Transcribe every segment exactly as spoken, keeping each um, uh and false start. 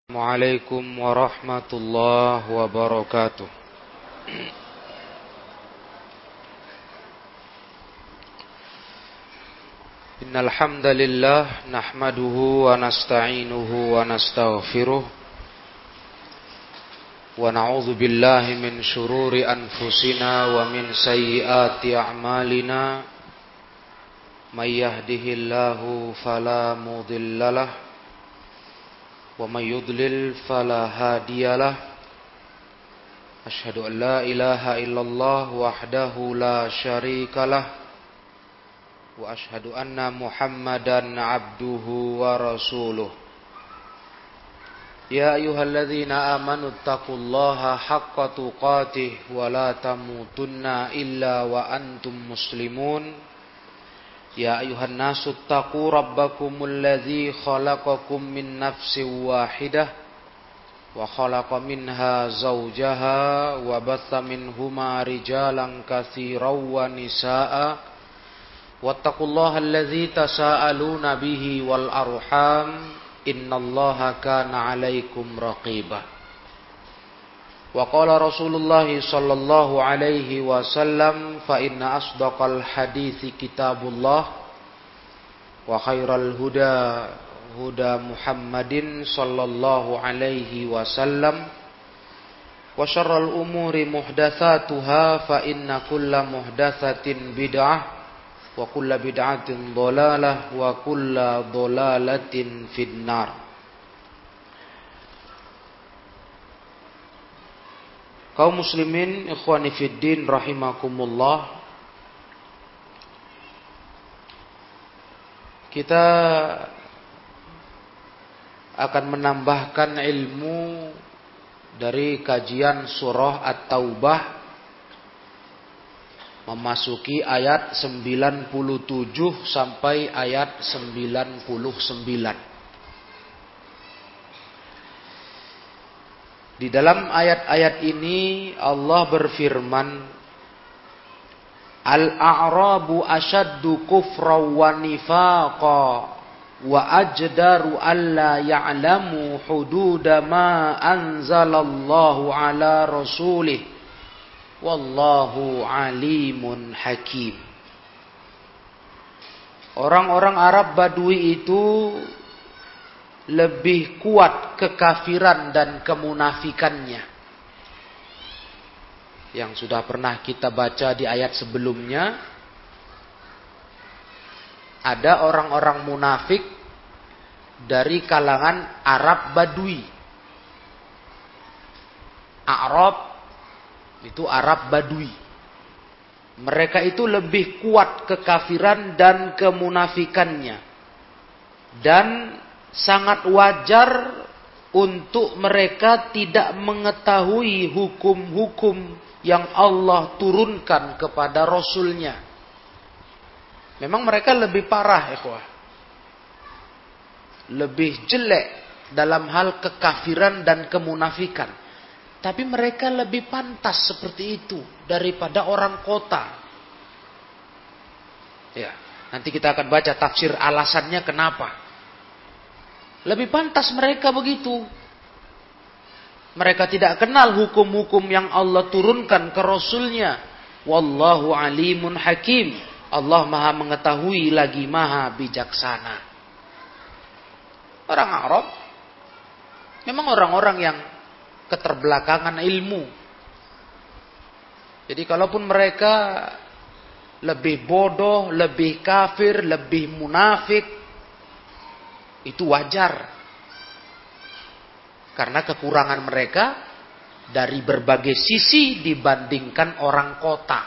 Assalamualaikum warahmatullahi wabarakatuh. Innal hamdalillah nahmaduhu wa nasta'inuhu wa nastaghfiruh wa na'udzu billahi min shururi anfusina wa min sayyiati a'malina. May yahdihillahu fala mudhillalah wa may yudlil fala hadiyalah. Asyhadu an la ilaha illallah wahdahu la syarikalah wa asyhadu anna Muhammadan abduhu wa rasuluh. Ya ayyuhalladzina amanu taqullaha haqqa tuqatih wa la tamutunna illa wa antum muslimun. Ya ayuhan nasu taqu rabbakumul ladzi khalaqakum min nafsin wahidah wa khalaqa minha zawjaha wa batha minhuma rijalan katsiran wa nisaa'a wattaqullaha alladzi tasaaluna bihi wal arham innallaha kana 'alaikum raqiba. Wa qala Rasulullah sallallahu alaihi wasallam fa inna asdaqal hadithi kitabullah wa khairal huda huda Muhammadin sallallahu alaihi wasallam wa syarral umuri muhdatsatuha fa inna kulla muhdatsatin bid'ah wa kulla bid'atin dhalalah wa kulla dhalalatin finnar. Kaum muslimin ikhwani fiddin rahimakumullah, kita akan menambahkan ilmu dari kajian surah At-Taubah memasuki ayat sembilan puluh tujuh sampai ayat sembilan puluh sembilan. Di dalam ayat-ayat ini Allah berfirman, Al-a'rabu asyaddu kufra wa nifaqa wa ajdaru alla ya'lamu hududa ma anzalallahu ala rasulih wallahu alimun hakim. Orang-orang Arab Badui itu lebih kuat kekafiran dan kemunafikannya. Yang sudah pernah kita baca di ayat sebelumnya, ada orang-orang munafik dari kalangan Arab Badui. Arab itu Arab Badui. Mereka itu lebih kuat kekafiran dan kemunafikannya. Dan sangat wajar untuk mereka tidak mengetahui hukum-hukum yang Allah turunkan kepada Rasulnya. Memang mereka lebih parah, ikhwah. Lebih jelek dalam hal kekafiran dan kemunafikan. Tapi mereka lebih pantas seperti itu daripada orang kota. Ya, nanti kita akan baca tafsir alasannya kenapa. Lebih pantas mereka begitu. Mereka tidak kenal hukum-hukum yang Allah turunkan ke Rasulnya. Wallahu alimun hakim. Allah maha mengetahui lagi maha bijaksana. Orang Arab memang orang-orang yang keterbelakangan ilmu. Jadi kalaupun mereka lebih bodoh, lebih kafir, lebih munafik, itu wajar. Karena kekurangan mereka dari berbagai sisi dibandingkan orang kota.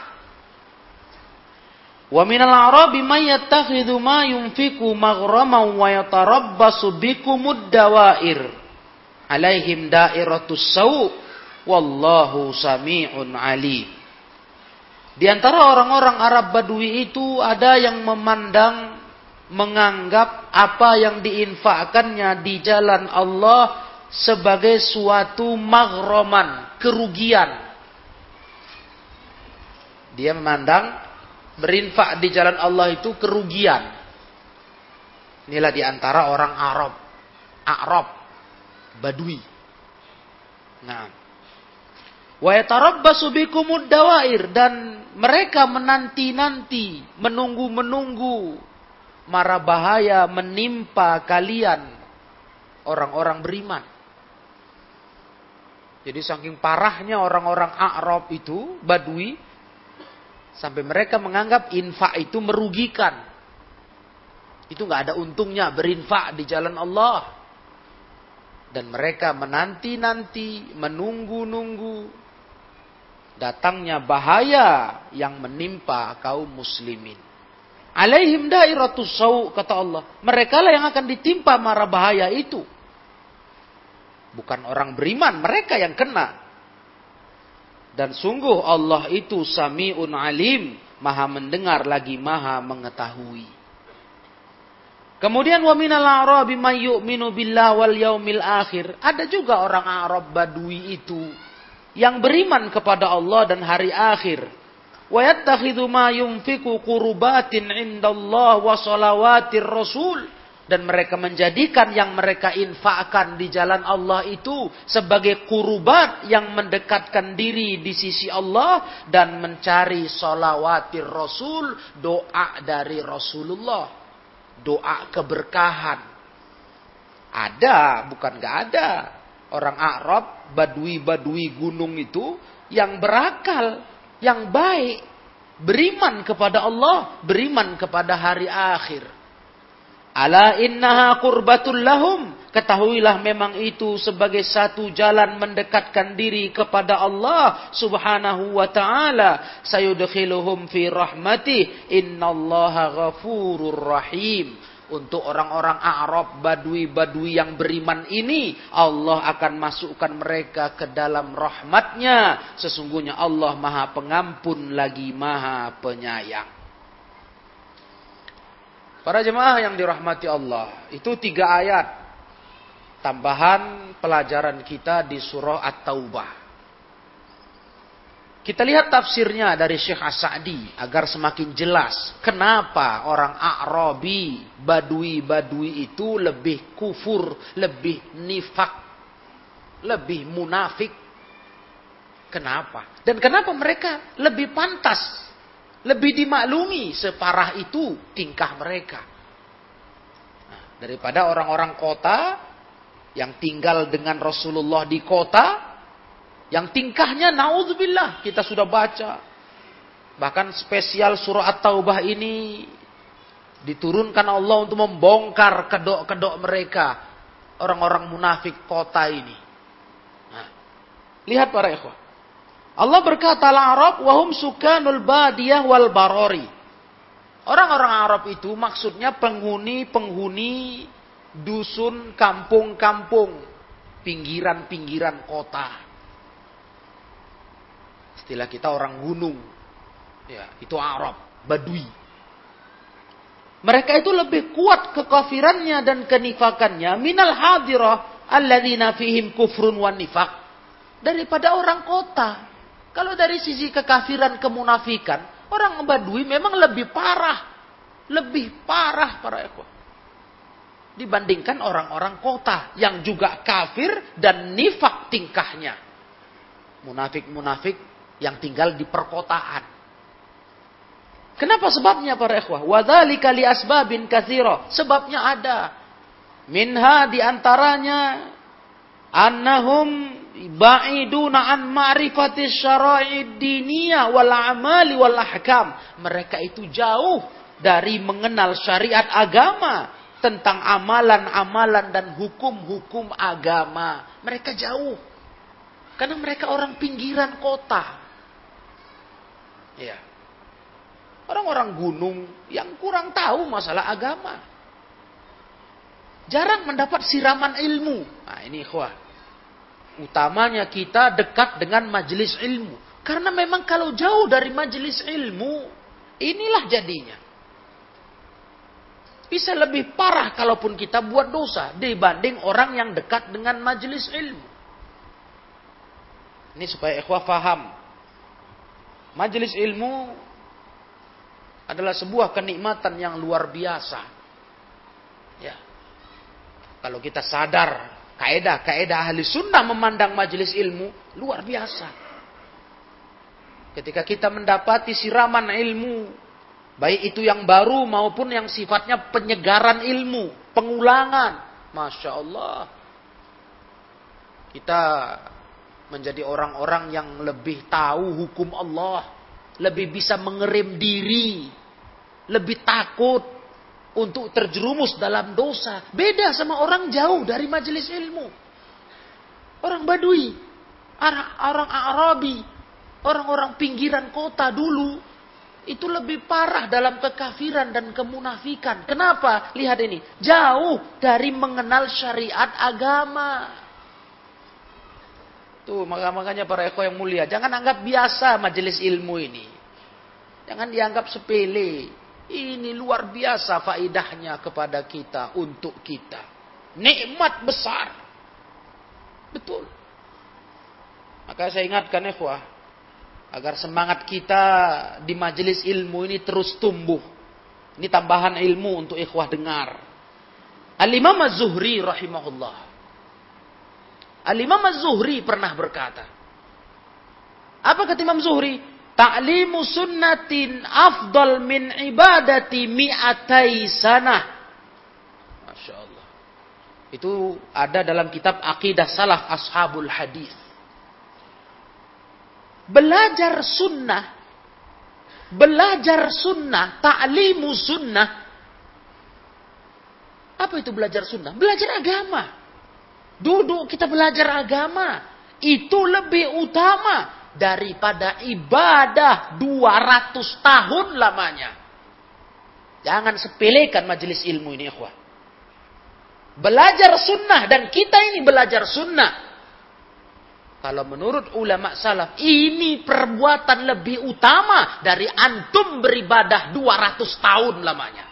Wa minal a'rabi may yattakhidhu ma yunfiqu maghraman wa yatarabbasu bikumud dawair. Alaihim dairatus sau' wallahu sami'un alim. Di antara orang-orang Arab Badui itu ada yang memandang, menganggap apa yang diinfakkannya di jalan Allah sebagai suatu maghraman, kerugian. Dia memandang berinfak di jalan Allah itu kerugian. Inilah di antara orang Arab. Arab. Badui. Nah, wa yatarabbasu bikumud dawair, dan mereka menanti-nanti, menunggu-menunggu mara bahaya menimpa kalian orang-orang beriman. Jadi saking parahnya orang-orang A'rab itu, Badui, sampai mereka menganggap infak itu merugikan. Itu nggak ada untungnya berinfak di jalan Allah. Dan mereka menanti-nanti, menunggu-nunggu datangnya bahaya yang menimpa kaum muslimin. Alaihim dairatus sau', kata Allah. Mereka lah yang akan ditimpa mara bahaya itu. Bukan orang beriman, mereka yang kena. Dan sungguh Allah itu Sami'un Alim, Maha mendengar lagi Maha mengetahui. Kemudian wa minal a'rabi may yu'minu billah wal yaumil akhir. Ada juga orang Arab Badui itu yang beriman kepada Allah dan hari akhir. Wa yattakhidhu ma yunfiqu qurbatin 'indallah wa shalawatir rasul. Dan mereka menjadikan yang mereka infakkan di jalan Allah itu sebagai kurbat yang mendekatkan diri di sisi Allah dan mencari shalawatir rasul, doa dari Rasulullah, doa keberkahan. Ada, bukan gak ada. Orang Arab, Badui-Badui gunung itu yang berakal, yang baik, beriman kepada Allah, beriman kepada hari akhir. Ala innaha qurbatul lahum. Ketahuilah memang itu sebagai satu jalan mendekatkan diri kepada Allah subhanahu wa ta'ala. Sayudkhiluhum fi rahmatih. Innallaha ghafurur rahim. Untuk orang-orang Arab, Badui-Badui yang beriman ini, Allah akan masukkan mereka ke dalam rahmatnya. Sesungguhnya Allah Maha Pengampun lagi Maha Penyayang. Para jemaah yang dirahmati Allah, itu tiga ayat tambahan pelajaran kita di surah At-Taubah. Kita lihat tafsirnya dari Syekh As-Sa'di agar semakin jelas kenapa orang A'rabi, Badui-Badui itu lebih kufur, lebih nifak, lebih munafik. Kenapa? Dan kenapa mereka lebih pantas, lebih dimaklumi separah itu tingkah mereka. Nah, daripada orang-orang kota yang tinggal dengan Rasulullah di kota, yang tingkahnya naudzubillah kita sudah baca. Bahkan spesial surah At-Taubah ini diturunkan Allah untuk membongkar kedok-kedok mereka, orang-orang munafik kota ini. Nah, lihat para ikhwah. Allah berkata, al-Arab wahum sukanul badiyah wal barori. Orang-orang Arab itu maksudnya penghuni-penghuni dusun, kampung-kampung, pinggiran-pinggiran kota. Istilah kita orang gunung. Ya, itu Arab, Badui. Mereka itu lebih kuat kekafirannya dan kenifakannya minal hadirah alladzina fihim kufrun wan nifaq, daripada orang kota. Kalau dari sisi kekafiran, kemunafikan, orang Badui memang lebih parah. Lebih parah para ikhwah. Dibandingkan orang-orang kota yang juga kafir dan nifak tingkahnya. Munafik-munafik yang tinggal di perkotaan. Kenapa sebabnya para ikhwah? Wadzalika li asbabin katsira. Sebabnya ada. Minha diantaranya annahum ba'iduna an ma'rifati syara'id diniyah wal amali wal ahkam. Mereka itu jauh dari mengenal syariat agama, tentang amalan-amalan dan hukum-hukum agama. Mereka jauh. Karena mereka orang pinggiran kota. Ya. Orang-orang gunung yang kurang tahu masalah agama. Jarang mendapat siraman ilmu. Nah, ini ikhwah. Utamanya kita dekat dengan majelis ilmu. Karena memang kalau jauh dari majelis ilmu, inilah jadinya. Bisa lebih parah kalaupun kita buat dosa dibanding orang yang dekat dengan majelis ilmu. Ini supaya ikhwah faham. Majelis ilmu adalah sebuah kenikmatan yang luar biasa. Ya. Kalau kita sadar Kaedah-kaedah ahli sunnah memandang majelis ilmu luar biasa. Ketika kita mendapati siraman ilmu, baik itu yang baru maupun yang sifatnya penyegaran ilmu, pengulangan, Masya Allah, kita menjadi orang-orang yang lebih tahu hukum Allah, lebih bisa mengerem diri, lebih takut untuk terjerumus dalam dosa. Beda sama orang jauh dari majelis ilmu. Orang Badui, orang Arabi, orang-orang pinggiran kota dulu, itu lebih parah dalam kekafiran dan kemunafikan. Kenapa? Lihat ini. Jauh dari mengenal syariat agama. Tuh, makanya para ikhwah yang mulia, jangan anggap biasa majelis ilmu ini. Jangan dianggap sepele. Ini luar biasa faidahnya kepada kita, untuk kita. Nikmat besar. Betul. Maka saya ingatkan ikhwah, agar semangat kita di majelis ilmu ini terus tumbuh. Ini tambahan ilmu untuk ikhwah dengar. Al-Imam Az-Zuhri rahimahullah. Al-Imam Az-Zuhri pernah berkata. Apa kata Imam Zuhri? Ta'limu sunnatin afdal min ibadati mi'atai sanah. Masya Allah. Itu ada dalam kitab Aqidah Salaf Ashabul Hadis. Belajar sunnah, belajar sunnah, ta'limu sunnah. Apa itu belajar sunnah? Belajar agama. Duduk kita belajar agama. Itu lebih utama daripada ibadah dua ratus tahun lamanya. Jangan sepelekan majelis ilmu ini, ikhwah. Belajar sunnah, dan kita ini belajar sunnah. Kalau menurut ulama salaf, ini perbuatan lebih utama dari antum beribadah dua ratus tahun lamanya.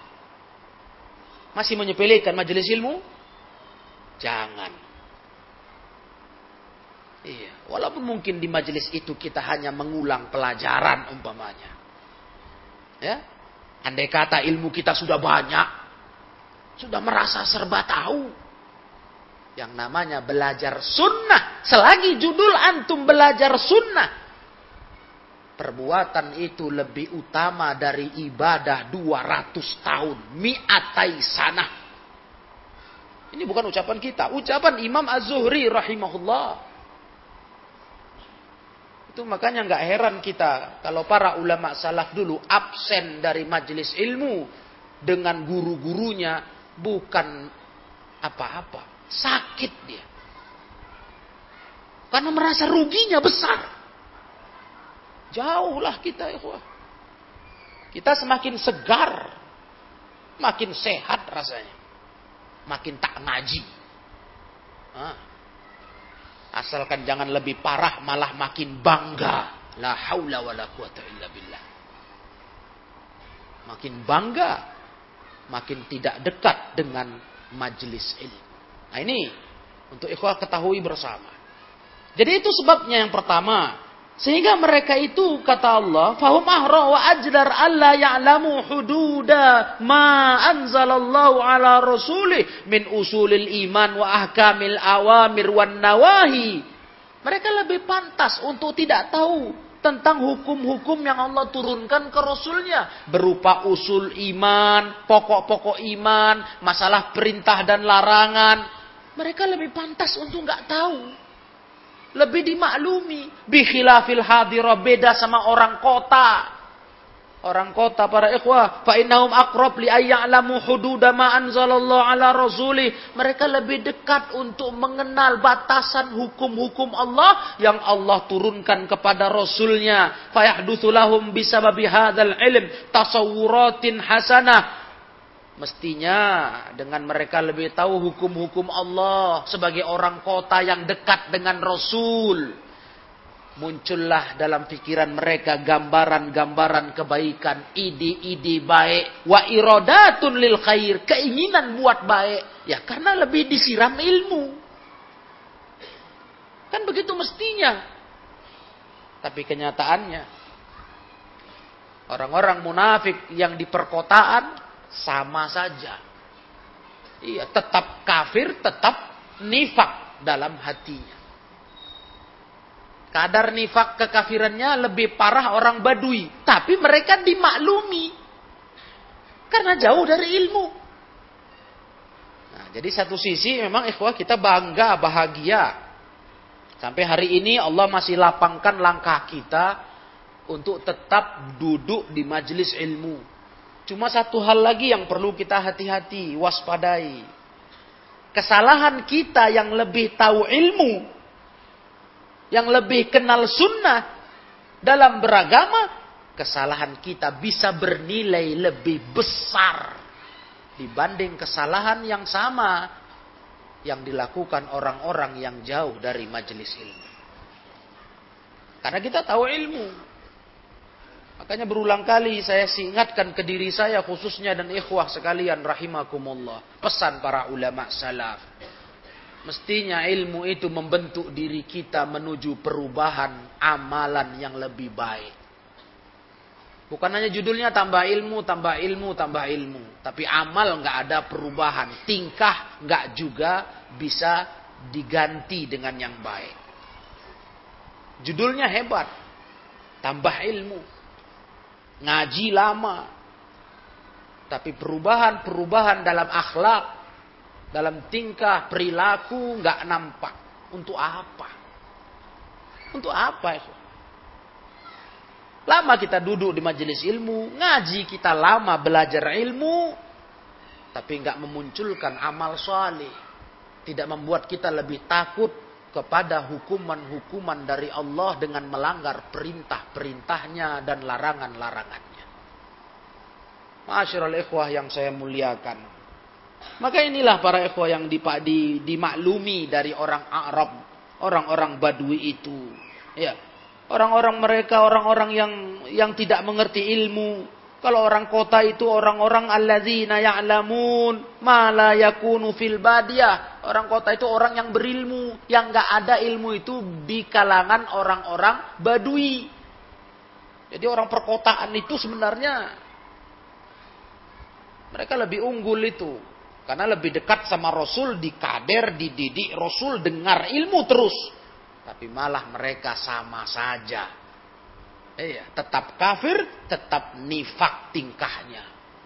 Masih menyepelekan majelis ilmu? Jangan. Iya, walaupun mungkin di majelis itu kita hanya mengulang pelajaran umpamanya. Ya. Andai kata ilmu kita sudah banyak, sudah merasa serba tahu. Yang namanya belajar sunnah, selagi judul antum belajar sunnah, perbuatan itu lebih utama dari ibadah dua ratus tahun, mi'atai sanah. Ini bukan ucapan kita, ucapan Imam Az-Zuhri rahimahullah. Itu makanya nggak heran kita kalau para ulama salaf dulu absen dari majelis ilmu dengan guru-gurunya bukan apa-apa, sakit dia. Karena merasa ruginya besar. Jauhlah kita, ikhwah. Kita semakin segar, makin sehat rasanya, makin tak ngaji. Hah. Asalkan jangan lebih parah, malah makin bangga. La haula wa la quwata illa billah. Makin bangga, makin tidak dekat dengan majelis ilmu. Nah ini untuk ikhwah ketahui bersama. Jadi itu sebabnya yang pertama. Sehingga mereka itu, kata Allah, fahum ahra wa ajdar alla ya'lamu hududa ma anzalallahu ala rasulih min usulil iman wa ahkamil awamir wan nawahi. Mereka lebih pantas untuk tidak tahu tentang hukum-hukum yang Allah turunkan ke Rasulnya. Berupa usul iman, pokok-pokok iman, masalah perintah dan larangan. Mereka lebih pantas untuk nggak tahu. Lebih dimaklumi. Bikhilafil hadira, beda sama orang kota. Orang kota para ikhwah. Fa innahum aqrab li ayya'lamu hududa ma anzalallahu ala rasulih. Mereka lebih dekat untuk mengenal batasan hukum-hukum Allah yang Allah turunkan kepada Rasulnya. Fa yahdutsu lahum bisababi hadzal ilm tasawwuratin hasanah. Mestinya dengan mereka lebih tahu hukum-hukum Allah sebagai orang kota yang dekat dengan Rasul, muncullah dalam pikiran mereka gambaran-gambaran kebaikan, ide-ide baik, wa iradatun lil khair, keinginan buat baik, ya karena lebih disiram ilmu. Kan begitu mestinya. Tapi kenyataannya orang-orang munafik yang di perkotaan sama saja. Iya, tetap kafir, tetap nifak dalam hatinya. Kadar nifak kekafirannya lebih parah orang Badui. Tapi mereka dimaklumi. Karena jauh dari ilmu. Nah, jadi satu sisi memang ikhwah kita bangga, bahagia. Sampai hari ini Allah masih lapangkan langkah kita untuk tetap duduk di majelis ilmu. Cuma satu hal lagi yang perlu kita hati-hati, waspadai. Kesalahan kita yang lebih tahu ilmu, yang lebih kenal sunnah dalam beragama, kesalahan kita bisa bernilai lebih besar dibanding kesalahan yang sama yang dilakukan orang-orang yang jauh dari majelis ilmu. Karena kita tahu ilmu. Makanya berulang kali saya ingatkan ke diri saya khususnya dan ikhwah sekalian rahimakumullah. Pesan para ulama salaf. Mestinya ilmu itu membentuk diri kita menuju perubahan amalan yang lebih baik. Bukan hanya judulnya tambah ilmu, tambah ilmu, tambah ilmu. Tapi amal nggak ada perubahan. Tingkah nggak juga bisa diganti dengan yang baik. Judulnya hebat. Tambah ilmu. Ngaji lama. Tapi perubahan-perubahan dalam akhlak, dalam tingkah, perilaku nggak nampak. Untuk apa? Untuk apa itu? Lama kita duduk di majelis ilmu, ngaji kita lama belajar ilmu, tapi nggak memunculkan amal saleh, tidak membuat kita lebih takut kepada hukuman-hukuman dari Allah dengan melanggar perintah-perintahnya dan larangan-larangannya. Ma'asyiral ikhwah yang saya muliakan. Maka inilah para ikhwah yang dimaklumi dari orang Arab, orang-orang Badui itu. Ya, orang-orang mereka, orang-orang yang yang tidak mengerti ilmu. Kalau orang kota itu orang-orang alladzina ya'lamun ma la yakunu fil badiyah. Orang kota itu orang yang berilmu, yang enggak ada ilmu itu di kalangan orang-orang Badui. Jadi orang perkotaan itu sebenarnya mereka lebih unggul itu. Karena lebih dekat sama Rasul, dikader, dididik Rasul, dengar ilmu terus. Tapi malah mereka sama saja. Iya, tetap kafir, tetap nifak tingkahnya.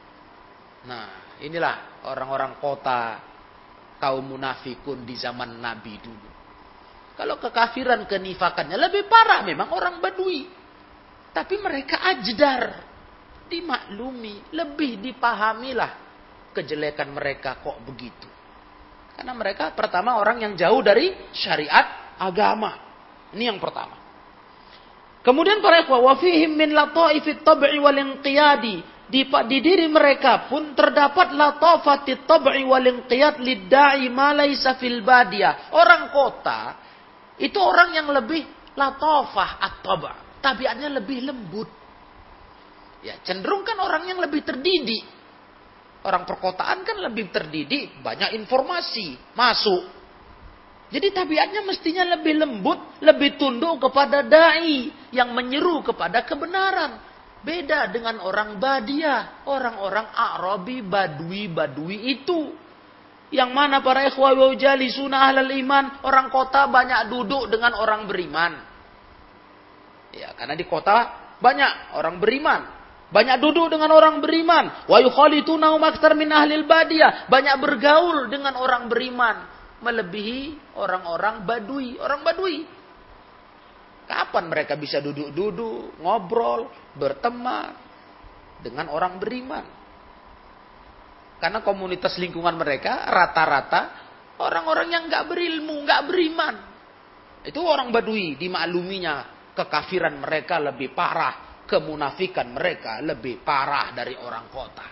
Nah, inilah orang-orang kota, kaum munafikun di zaman Nabi dulu. Kalau kekafiran, kenifakannya lebih parah memang orang Badui. Tapi mereka ajdar, dimaklumi, lebih dipahamilah kejelekan mereka kok begitu. Karena mereka pertama orang yang jauh dari syariat agama. Ini yang pertama. Kemudian para ikhwah, wa fihim min lataifit tab'i wal inqiyadi. Di, di diri mereka pun terdapat latafatit tab'i wal inqiyad lidda'i ma laisa fil badiyah. Orang kota itu orang yang lebih latafah at-tab'. Tabiatnya lebih lembut. Ya, cenderung kan orang yang lebih terdidik. Orang perkotaan kan lebih terdidik, banyak informasi masuk. Jadi tabiatnya mestinya lebih lembut, lebih tunduk kepada dai yang menyeru kepada kebenaran. Beda dengan orang Badiah, orang-orang Arabi, Badui, Badui itu. Yang mana para ikhwah wa jalisuna ahlal iman, orang kota banyak duduk dengan orang beriman. Ya, karena di kota banyak orang beriman. Banyak duduk dengan orang beriman. Wa yukhalituna aktsar min ahlil Badiah, banyak bergaul dengan orang beriman. Melebihi orang-orang Badui. Orang Badui. Kapan mereka bisa duduk-duduk, ngobrol, berteman dengan orang beriman? Karena komunitas lingkungan mereka rata-rata orang-orang yang gak berilmu, gak beriman. Itu orang Badui, dimakluminya kekafiran mereka lebih parah, kemunafikan mereka lebih parah dari orang kota.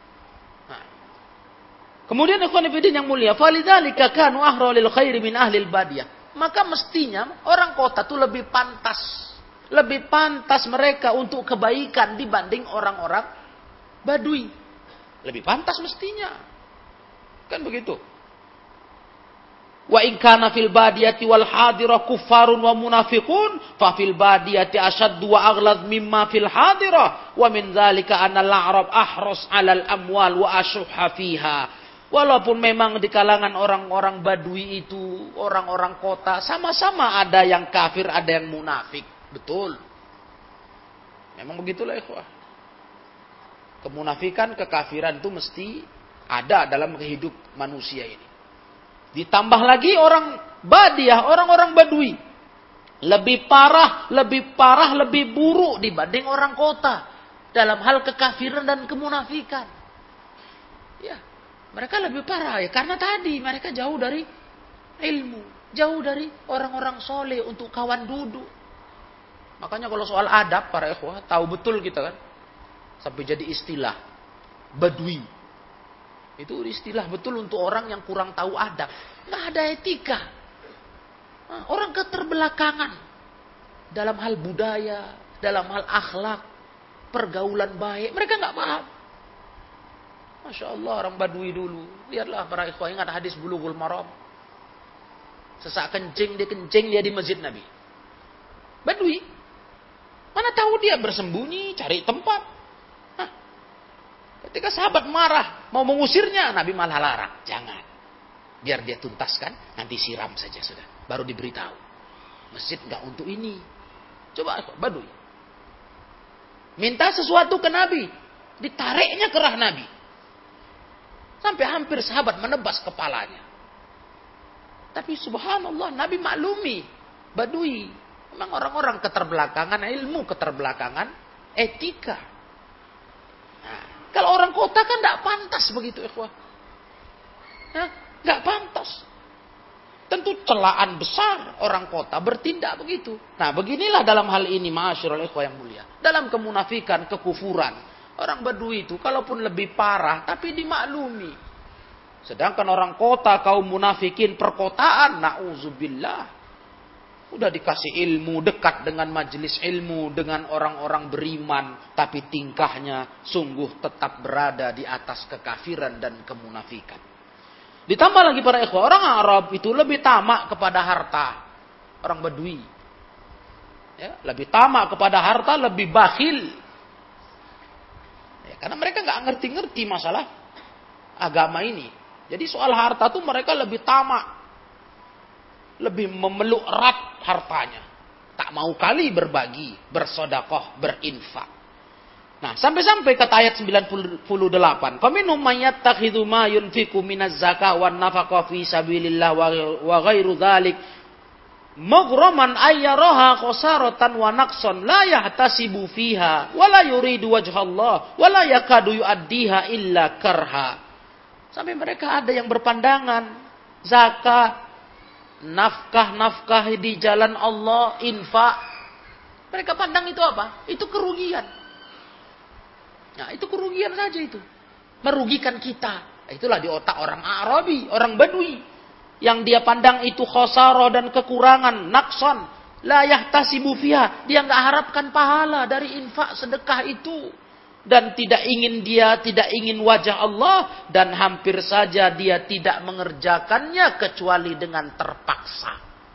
Kemudian ikhwan fillah yang mulia, falidzalika kanu ahra lil khairi min ahli al-badiyah. Maka mestinya orang kota itu lebih pantas, lebih pantas mereka untuk kebaikan dibanding orang-orang Badui. Lebih pantas mestinya. Kan begitu. Wa in kana fil badiyati wal hadirah kuffarun wa munafiqun fa fil badiyati ashaddu wa aghlaz mimma fil hadirah wa min dzalika anna al-a'rab ahras 'alal amwal wa ashuhha fiha. Walaupun memang di kalangan orang-orang Badui itu, orang-orang kota, sama-sama ada yang kafir, ada yang munafik. Betul. Memang begitulah ikhwah. Kemunafikan, kekafiran itu mesti ada dalam kehidup manusia ini. Ditambah lagi orang Badiah, orang-orang Badui. Lebih parah, lebih parah, lebih buruk dibanding orang kota. Dalam hal kekafiran dan kemunafikan. Ya. Mereka lebih parah ya, karena tadi mereka jauh dari ilmu, jauh dari orang-orang soleh untuk kawan duduk. Makanya kalau soal adab para ikhwah, tahu betul kita kan, sampai jadi istilah Badui. Itu istilah betul untuk orang yang kurang tahu adab, nggak ada etika, orang keterbelakangan dalam hal budaya, dalam hal akhlak, pergaulan baik, mereka nggak paham. Masya Allah orang Badui dulu. Lihatlah para ikhwah, ingat hadis Bulughul Maram. Sesak kencing, dia kencing dia di masjid Nabi. Badui. Mana tahu dia bersembunyi, cari tempat. Hah. Ketika sahabat marah, mau mengusirnya, Nabi malah larang. Jangan. Biar dia tuntaskan, nanti siram saja sudah. Baru diberitahu. Masjid enggak untuk ini. Coba Badui. Minta sesuatu ke Nabi. Ditariknya kerah Nabi. Sampai hampir sahabat menebas kepalanya. Tapi subhanallah, Nabi maklumi. Badui. Memang orang-orang keterbelakangan, ilmu keterbelakangan, etika. Nah, kalau orang kota kan tidak pantas begitu, ikhwah. Nah, tidak pantas. Tentu celaan besar orang kota bertindak begitu. Nah, beginilah dalam hal ini, ma'asyiral ikhwah yang mulia. Dalam kemunafikan, kekufuran. Orang Badui itu kalaupun lebih parah tapi dimaklumi. Sedangkan orang kota kaum munafikin perkotaan, na'udzubillah. Udah dikasih ilmu, dekat dengan majelis ilmu, dengan orang-orang beriman, tapi tingkahnya sungguh tetap berada di atas kekafiran dan kemunafikan. Ditambah lagi para ikhwah, orang Arab itu lebih tamak kepada harta. Orang Badui. Ya, lebih tamak kepada harta, lebih bakhil. Karena mereka nggak ngerti-ngerti masalah agama ini. Jadi soal harta tuh mereka lebih tamak. Lebih memeluk erat hartanya. Tak mau kali berbagi, bersodakoh, berinfak. Nah, sampai-sampai kata ayat sembilan puluh delapan. Faminhum may yattakhidhu ma yunfiqu minaz zakah wan nafaqah fi sabilillah wa ghairu dzalik. Maghraman ayyaraha khosaratan wa naqsan la yahtasibu fiha wa la yuridu wajhallah wa la yakadu yuaddiha illa karha. Sampai mereka ada yang berpandangan zakat, nafkah-nafkah di jalan Allah, infak. Mereka pandang itu apa? Itu kerugian. Nah, itu kerugian saja itu. Merugikan kita. Itulah di otak orang Arabi, orang Badui. Yang dia pandang itu khosaro dan kekurangan, nakson, la yahtasibu fiha. Dia enggak harapkan pahala dari infak sedekah itu, dan tidak ingin dia tidak ingin wajah Allah, dan hampir saja dia tidak mengerjakannya kecuali dengan terpaksa.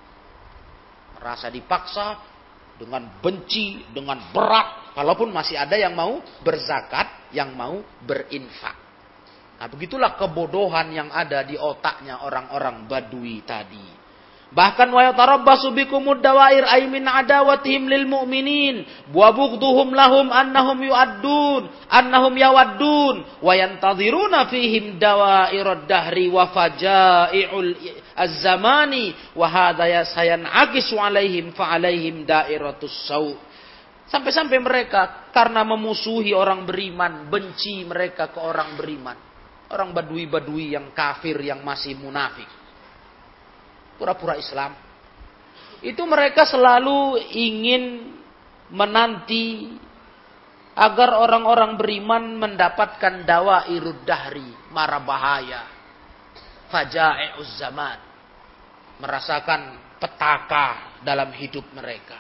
Merasa dipaksa, dengan benci, dengan berat, walaupun masih ada yang mau berzakat, yang mau berinfak. Nah, begitulah kebodohan yang ada di otaknya orang-orang Badui tadi. Bahkan wa yatarabbasu bikumud dawair ay min adawatihim lil mu'minin wa bughduhum lahum annahum yu'addun annahum yawaddun wa yantadhiruna fihim dawairad dahri wa fajai'ul az-zamani wa hadha yasayan'akisu alaihim fa alaihim dairatus sau'. Sampai-sampai mereka karena memusuhi orang beriman, benci mereka ke orang beriman. Orang Badui-Badui yang kafir, yang masih munafik. Pura-pura Islam. Itu mereka selalu ingin menanti agar orang-orang beriman mendapatkan dawairud dahri, mara bahaya. Fajai'uz zaman. Merasakan petaka dalam hidup mereka.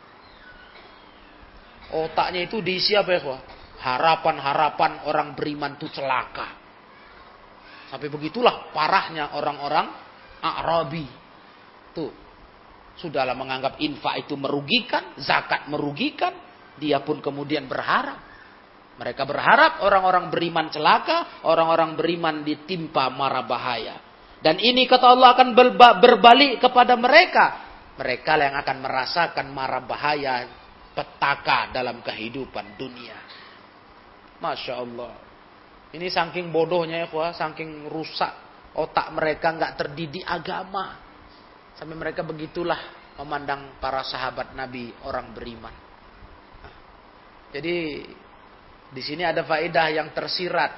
Otaknya itu diisi apa ya? Harapan-harapan orang beriman itu celaka. Sampai begitulah parahnya orang-orang Arabi. Tuh. Sudahlah menganggap infak itu merugikan, zakat merugikan, dia pun kemudian berharap. Mereka berharap orang-orang beriman celaka, orang-orang beriman ditimpa mara bahaya. Dan ini kata Allah akan berbalik kepada mereka. Mereka yang akan merasakan mara bahaya petaka dalam kehidupan dunia. Masya Allah. Ini saking bodohnya ya, wah, saking rusak otak mereka, nggak terdidik agama. Sampai mereka begitulah memandang para sahabat Nabi orang beriman. Nah, jadi di sini ada faedah yang tersirat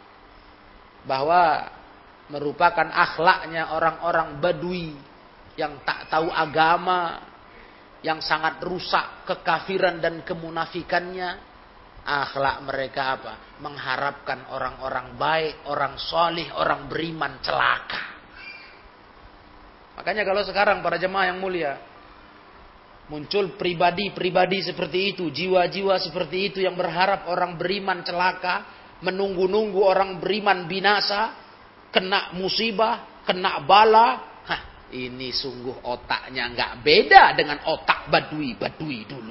bahwa merupakan akhlaknya orang-orang Badui yang tak tahu agama, yang sangat rusak kekafiran dan kemunafikannya. Akhlak mereka apa? Mengharapkan orang-orang baik, orang solih, orang beriman celaka. Makanya kalau sekarang para jemaah yang mulia, muncul pribadi-pribadi seperti itu, jiwa-jiwa seperti itu yang berharap orang beriman celaka, menunggu-nunggu orang beriman binasa, kena musibah, kena bala. Hah, ini sungguh otaknya nggak beda dengan otak badui-badui dulu.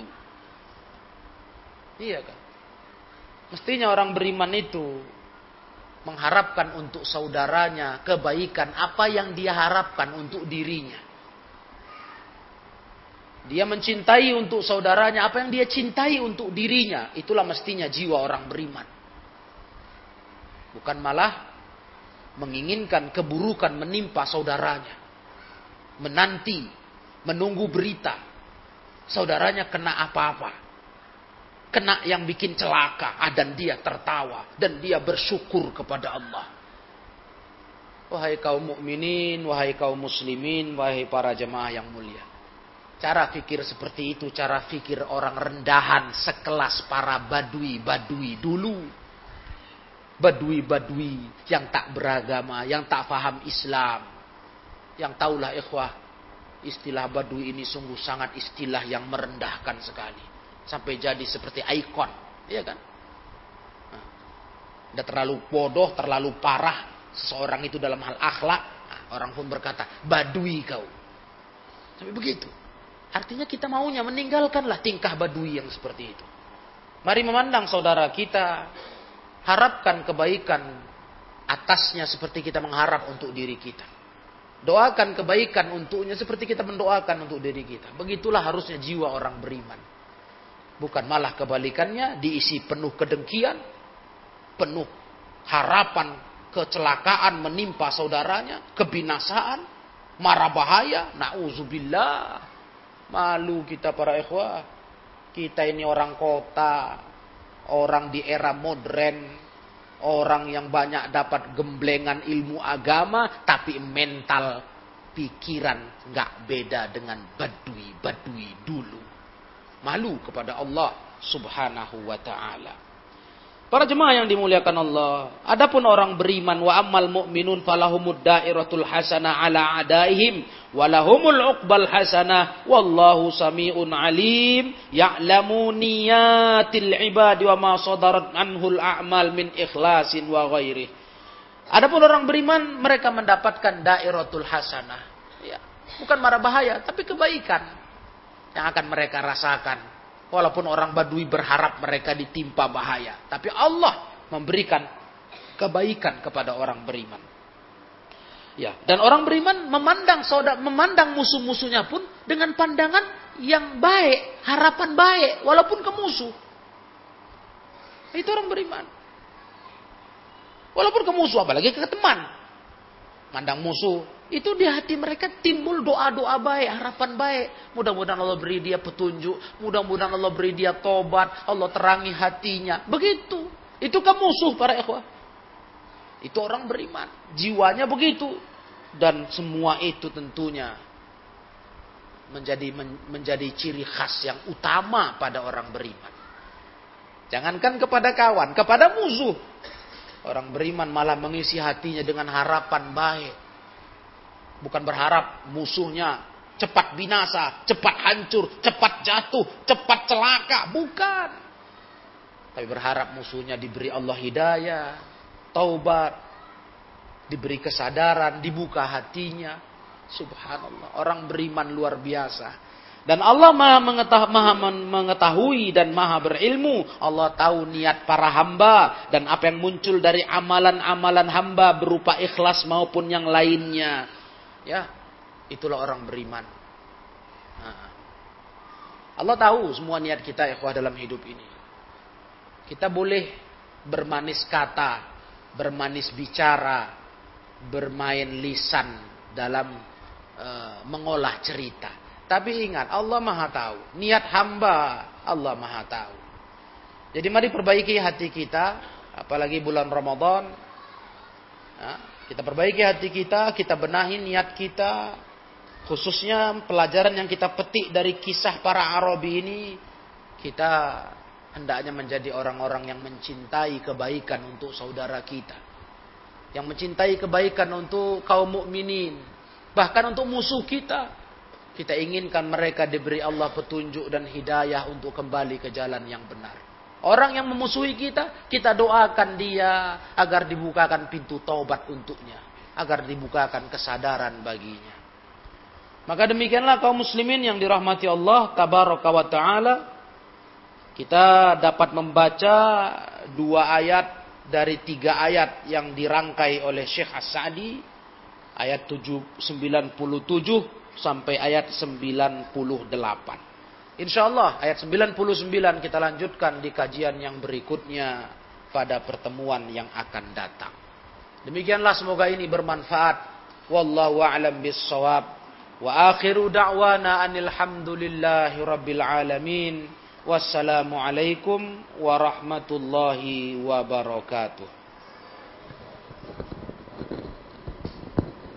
Iya kan? Mestinya orang beriman itu mengharapkan untuk saudaranya kebaikan apa yang dia harapkan untuk dirinya. Dia mencintai untuk saudaranya apa yang dia cintai untuk dirinya. Itulah mestinya jiwa orang beriman. Bukan malah menginginkan keburukan menimpa saudaranya. Menanti, menunggu berita. Saudaranya kena apa-apa. Kena yang bikin celaka. Dan dia tertawa. Dan dia bersyukur kepada Allah. Wahai kaum mukminin, wahai kaum muslimin, wahai para jemaah yang mulia. Cara fikir seperti itu, cara fikir orang rendahan sekelas para badui-badui dulu. Badui-badui yang tak beragama, yang tak faham Islam. Yang tahulah ikhwah, istilah badui ini sungguh sangat istilah yang merendahkan sekali. Sampai jadi seperti ikon, iya kan? Nah, udah terlalu bodoh, terlalu parah seseorang itu dalam hal akhlak. Nah, orang pun berkata, badui kau. Sampai begitu. Artinya kita maunya meninggalkanlah tingkah badui yang seperti itu. Mari memandang saudara kita, harapkan kebaikan atasnya seperti kita mengharap untuk diri kita. Doakan kebaikan untuknya seperti kita mendoakan untuk diri kita. Begitulah harusnya jiwa orang beriman. Bukan malah kebalikannya, diisi penuh kedengkian, penuh harapan kecelakaan menimpa saudaranya, kebinasaan, mara bahaya, na'udzubillah. Malu kita para ikhwah. Kita ini orang kota, orang di era modern, orang yang banyak dapat gemblengan ilmu agama, tapi mental, pikiran nggak beda dengan badui-badui dulu. Malu kepada Allah Subhanahu wa ta'ala. Para jemaah yang dimuliakan Allah, adapun orang beriman, wa ammal mu'minun falahumud dairatul hasanah ala adaihim walahumul uqbal hasanah wallahu sami'un alim ya'lamu niyatil ibadi wa ma sadarat anhul a'mal min ikhlasin wa ghairih. Adapun orang beriman, mereka mendapatkan dairatul hasanah, ya, bukan mara bahaya tapi kebaikan yang akan mereka rasakan. Walaupun orang badui berharap mereka ditimpa bahaya, tapi Allah memberikan kebaikan kepada orang beriman. Ya, dan orang beriman memandang saudara, memandang musuh-musuhnya pun dengan pandangan yang baik, harapan baik, walaupun ke musuh. Itu orang beriman. Walaupun ke musuh, apalagi ke teman. Mandang musuh, itu di hati mereka timbul doa-doa baik, harapan baik. Mudah-mudahan Allah beri dia petunjuk, mudah-mudahan Allah beri dia tobat, Allah terangi hatinya. Begitu. Itu kan musuh para ikhwah. Itu orang beriman. Jiwanya begitu. Dan semua itu tentunya menjadi menjadi ciri khas yang utama pada orang beriman. Jangankan kepada kawan, kepada musuh. Orang beriman malah mengisi hatinya dengan harapan baik. Bukan berharap musuhnya cepat binasa, cepat hancur, cepat jatuh, cepat celaka. Bukan. Tapi berharap musuhnya diberi Allah hidayah, taubat, diberi kesadaran, dibuka hatinya. Subhanallah. Orang beriman luar biasa. Dan Allah maha mengetahui, maha mengetahui dan maha berilmu. Allah tahu niat para hamba dan apa yang muncul dari amalan-amalan hamba berupa ikhlas maupun yang lainnya. Ya, itulah orang beriman. Nah, Allah tahu semua niat kita ikhwah dalam hidup ini. Kita boleh bermanis kata, bermanis bicara, bermain lisan dalam uh, mengolah cerita. Tapi ingat, Allah maha tahu. Niat hamba, Allah maha tahu. Jadi mari perbaiki hati kita. Apalagi bulan Ramadan. Nah, kita perbaiki hati kita. Kita benahi niat kita. Khususnya pelajaran yang kita petik dari kisah para Arabi ini. Kita hendaknya menjadi orang-orang yang mencintai kebaikan untuk saudara kita. Yang mencintai kebaikan untuk kaum mukminin. Bahkan untuk musuh kita. Kita inginkan mereka diberi Allah petunjuk dan hidayah untuk kembali ke jalan yang benar. Orang yang memusuhi kita, kita doakan dia agar dibukakan pintu taubat untuknya. Agar dibukakan kesadaran baginya. Maka demikianlah kaum muslimin yang dirahmati Allah tabaraka wa ta'ala. Kita dapat membaca dua ayat dari tiga ayat yang dirangkai oleh Syekh As-Sa'di. Ayat sembilan puluh tujuh sampai ayat sembilan puluh delapan. Insyaallah ayat sembilan puluh sembilan kita lanjutkan di kajian yang berikutnya pada pertemuan yang akan datang. Demikianlah semoga ini bermanfaat. Wallahu a'lam bis-shawab. Wa akhiru da'wana anil hamdulillahi rabbil alamin. Wassalamu alaikum warahmatullahi wabarakatuh.